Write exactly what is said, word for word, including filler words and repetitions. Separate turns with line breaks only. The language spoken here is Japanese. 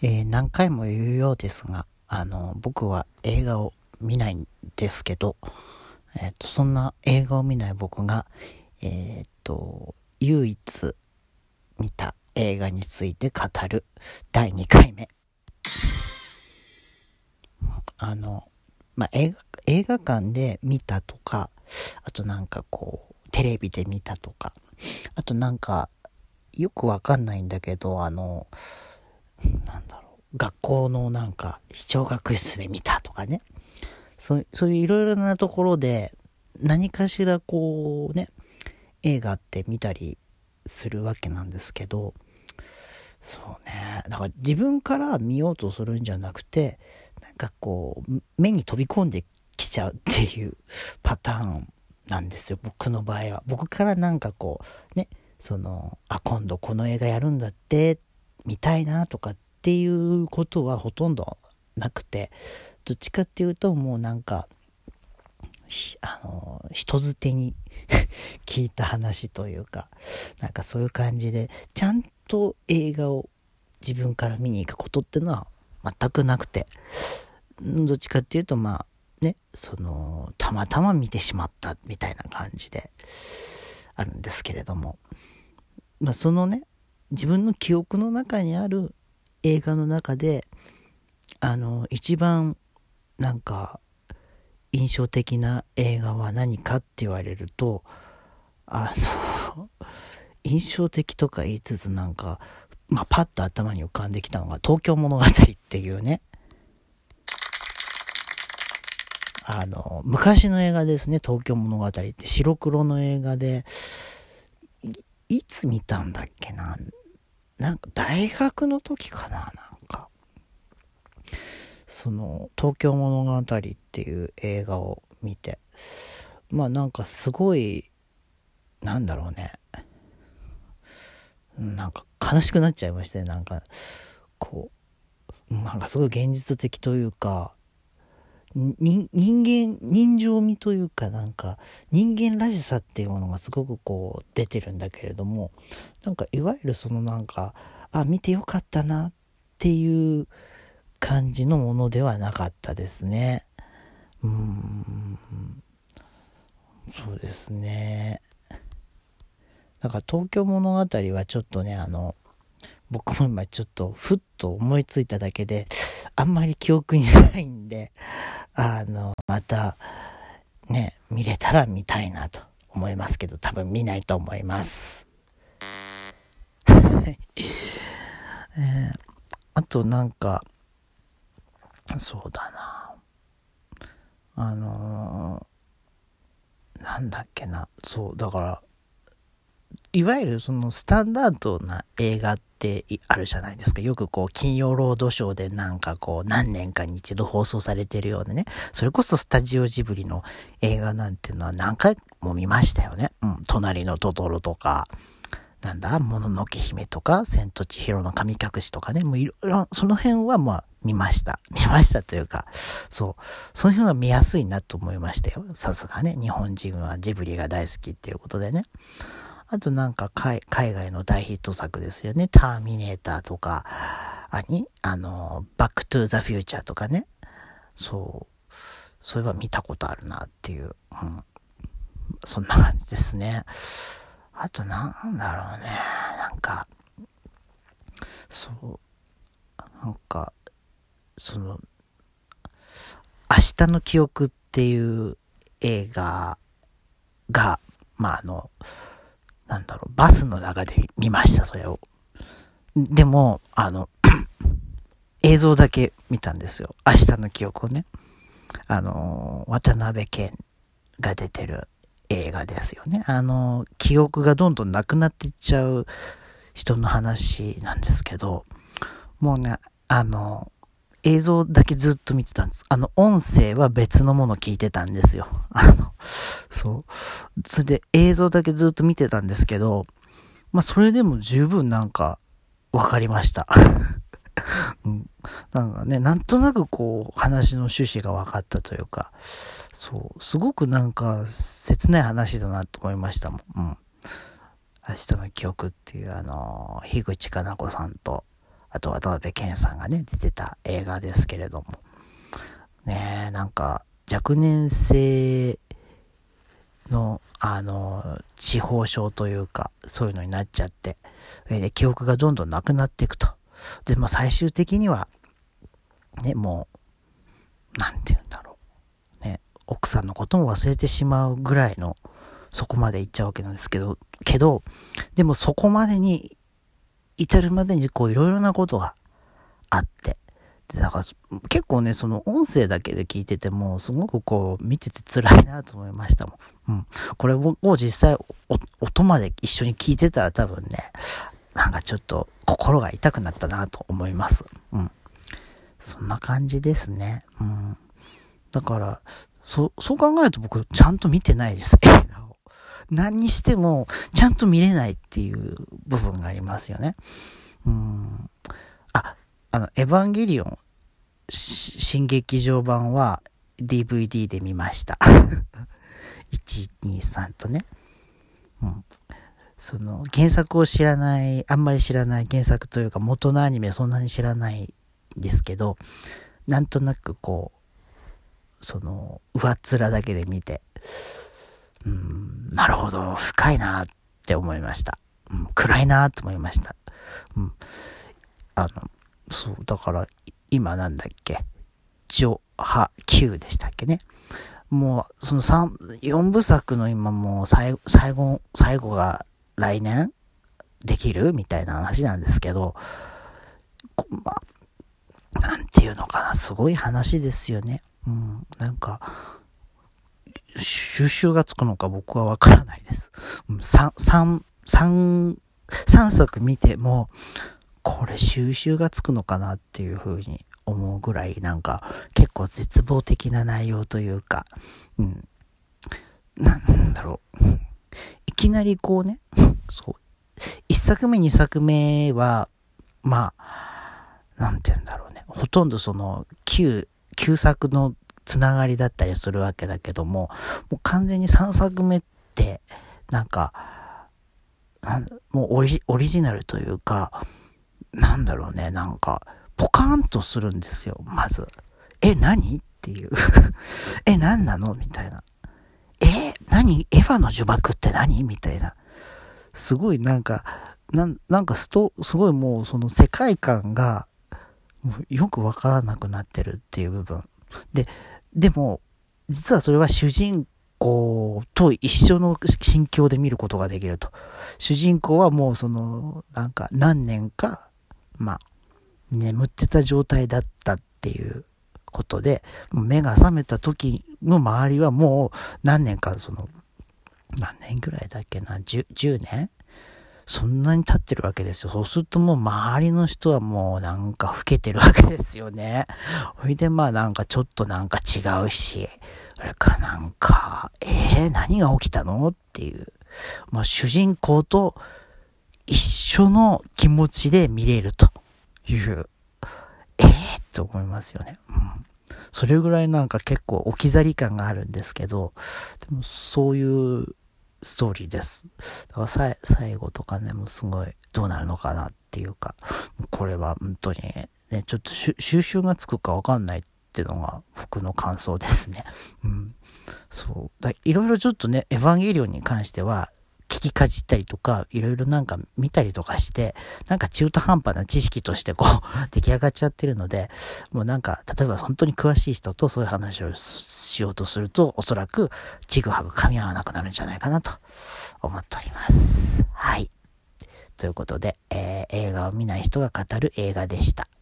えー何回も言うようですが、あの、僕は映画を見ないんですけど、えっと、そんな映画を見ない僕が、えっと、唯一見た映画について語るだいにかいめ。あの、まあ、映画、映画館で見たとか、あとなんかこう、テレビで見たとか、あとなんか、よくわかんないんだけど、あの、なんだろう、学校のなんか、視聴覚室で見たとかね。そう、そういういろいろなところで、何かしらこうね、映画って見たりするわけなんですけど、そうね、だから自分から見ようとするんじゃなくて、なんかこう、目に飛び込んできちゃうっていうパターンなんですよ、僕の場合は。僕からなんかこう、ね、その、あ、今度この映画やるんだって、見たいなとかっていうことはほとんどなくて、どっちかっていうともうなんか、あの人づてに聞いた話というか、なんかそういう感じでちゃんと映画を自分から見に行くことっていうのは全くなくて、どっちかっていうとまあね、そのたまたま見てしまったみたいな感じであるんですけれども、まあそのね、自分の記憶の中にある映画の中で、あの一番なんか印象的な映画は何かって言われると、あの印象的とか言いつつなんか、まあ、パッと頭に浮かんできたのが東京物語っていうね、あの昔の映画ですね。東京物語って白黒の映画で、 い, いつ見たんだっけな、なんか大学の時かな、なんかその東京物語っていう映画を見て、まあなんかすごい、なんだろうね、なんか悲しくなっちゃいましたね。なんかこう、なんかすごい現実的というか、人間人情味というか、なんか人間らしさっていうものがすごくこう出てるんだけれども、なんかいわゆるそのなんか、あ、見てよかったなっていう感じのものではなかったですね。うーん、そうですね。だから東京物語はちょっとね、あの僕も今ちょっとふっと思いついただけであんまり記憶にないんで、あのまたね、見れたら見たいなと思いますけど、多分見ないと思います。えー、あとなんか、そうだな、あのー、なんだっけな、そうだから、いわゆるそのスタンダードな映画ってあるじゃないですか。よくこう金曜ロードショーでなんかこう何年かに一度放送されてるようなね、それこそスタジオジブリの映画なんていうのは何回も見ましたよね。うん、隣のトトロとか、なんだ、もののけ姫とか、千と千尋の神隠しとかね、もういろいろ、その辺はまあ見ました。見ましたというか、そう、その辺は見やすいなと思いましたよ。さすがね、日本人はジブリが大好きっていうことでね。あとなんか 海, 海外の大ヒット作ですよね。ターミネーターとか、何あの、バックトゥーザフューチャーとかね。そう、そういえば見たことあるなっていう、うん、そんな感じですね。あとなんだろうね、なんか、そう、なんか、その、明日の記憶っていう映画が、まああの、なんだろう、バスの中で見ました、それを。でも、あの、映像だけ見たんですよ。明日の記憶をね。あの、渡辺謙が出てる映画ですよね。あの、記憶がどんどんなくなっていっちゃう人の話なんですけど、もうね、あの、映像だけずっと見てたんです。あの、音声は別のもの聞いてたんですよ。あの、そう。それで映像だけずっと見てたんですけど、まあ、それでも十分なんか、わかりました。うん、なんかね、なんとなくこう、話の趣旨が分かったというか、そう、すごくなんか、切ない話だなと思いましたもん。うん。明日の記憶っていう、あの、樋口かな子さんと、 あと渡辺謙さんがね出てた映画ですけれどもね、なんか若年性のあの痴呆症というかそういうのになっちゃって、で記憶がどんどんなくなっていくと。でも最終的にはね、もうなんて言うんだろうね、奥さんのことも忘れてしまうぐらいのそこまで行っちゃうわけなんですけどけどでもそこまでに至るまでにこういろいろなことがあって、でだから結構ねその音声だけで聞いててもすごくこう見てて辛いなと思いましたもん。うん、これを実際音まで一緒に聞いてたら多分ねなんかちょっと心が痛くなったなと思います。うん、そんな感じですね。うん、だからそそう考えると僕ちゃんと見てないです映画を。何にしてもちゃんと見れないっていう部分がありますよね。うん、あ、あのエヴァンゲリオン新劇場版は ディーブイディー で見ました。いち、に、さんとね。うん。その原作を知らない、あんまり知らない原作というか元のアニメそんなに知らないんですけど、なんとなくこうその上っ面だけで見て、うーん、なるほど深いなって思いました。うん、暗いなと思いました。うん、あのそうだから今なんだっけ、ジョハきゅうでしたっけね。もうそのさん、よんぶさくの今もう最後最後最後が来年できるみたいな話なんですけど、まあなんていうのかな、すごい話ですよね。うん、なんか収集がつくのか僕はわからないです。三三三三作見てもこれ収集がつくのかなっていう風に思うぐらいなんか結構絶望的な内容というか、うん、なんだろう、いきなりこうね、そう一作目二作目はまあなんて言うんだろうね、ほとんどその旧旧作のつながりだったりするわけだけども、もう完全にさんさくめってなんかなんもうオリ、オリジナルというかなんだろうね、なんかポカーンとするんですよ。まずえ何っていうえ何なのみたいな、え何エヴァの呪縛って何みたいな、すごいなんかなんなんかストすごいもうその世界観がもうよくわからなくなってるっていう部分で、でも実はそれは主人公と一緒の心境で見ることができると。主人公はもうそのなんか何年かまあ眠ってた状態だったっていうことで、目が覚めた時の周りはもう何年かその何年ぐらいだっけな、じゅうねんそんなに経ってるわけですよ。そうするともう周りの人はもうなんか老けてるわけですよね。ほいでまあなんかちょっとなんか違うし、あれかなんかえー、何が起きたのっていう、まあ主人公と一緒の気持ちで見れるというえーって思いますよね。うん、それぐらいなんか結構置き去り感があるんですけど、でもそういうストーリーです。だからさ最後とかね、もうすごいどうなるのかなっていうか、これは本当にね、ちょっと収集がつくかわかんないっていうのが僕の感想ですね。うん、そうだ、いろいろちょっとね、エヴァンゲリオンに関しては聞きかじったりとか、いろいろなんか見たりとかして、なんか中途半端な知識としてこう出来上がっちゃってるので、もうなんか例えば本当に詳しい人とそういう話をしようとすると、おそらくちぐはぐ噛み合わなくなるんじゃないかなと思っております。はい。ということで、えー、映画を見ない人が語る映画でした。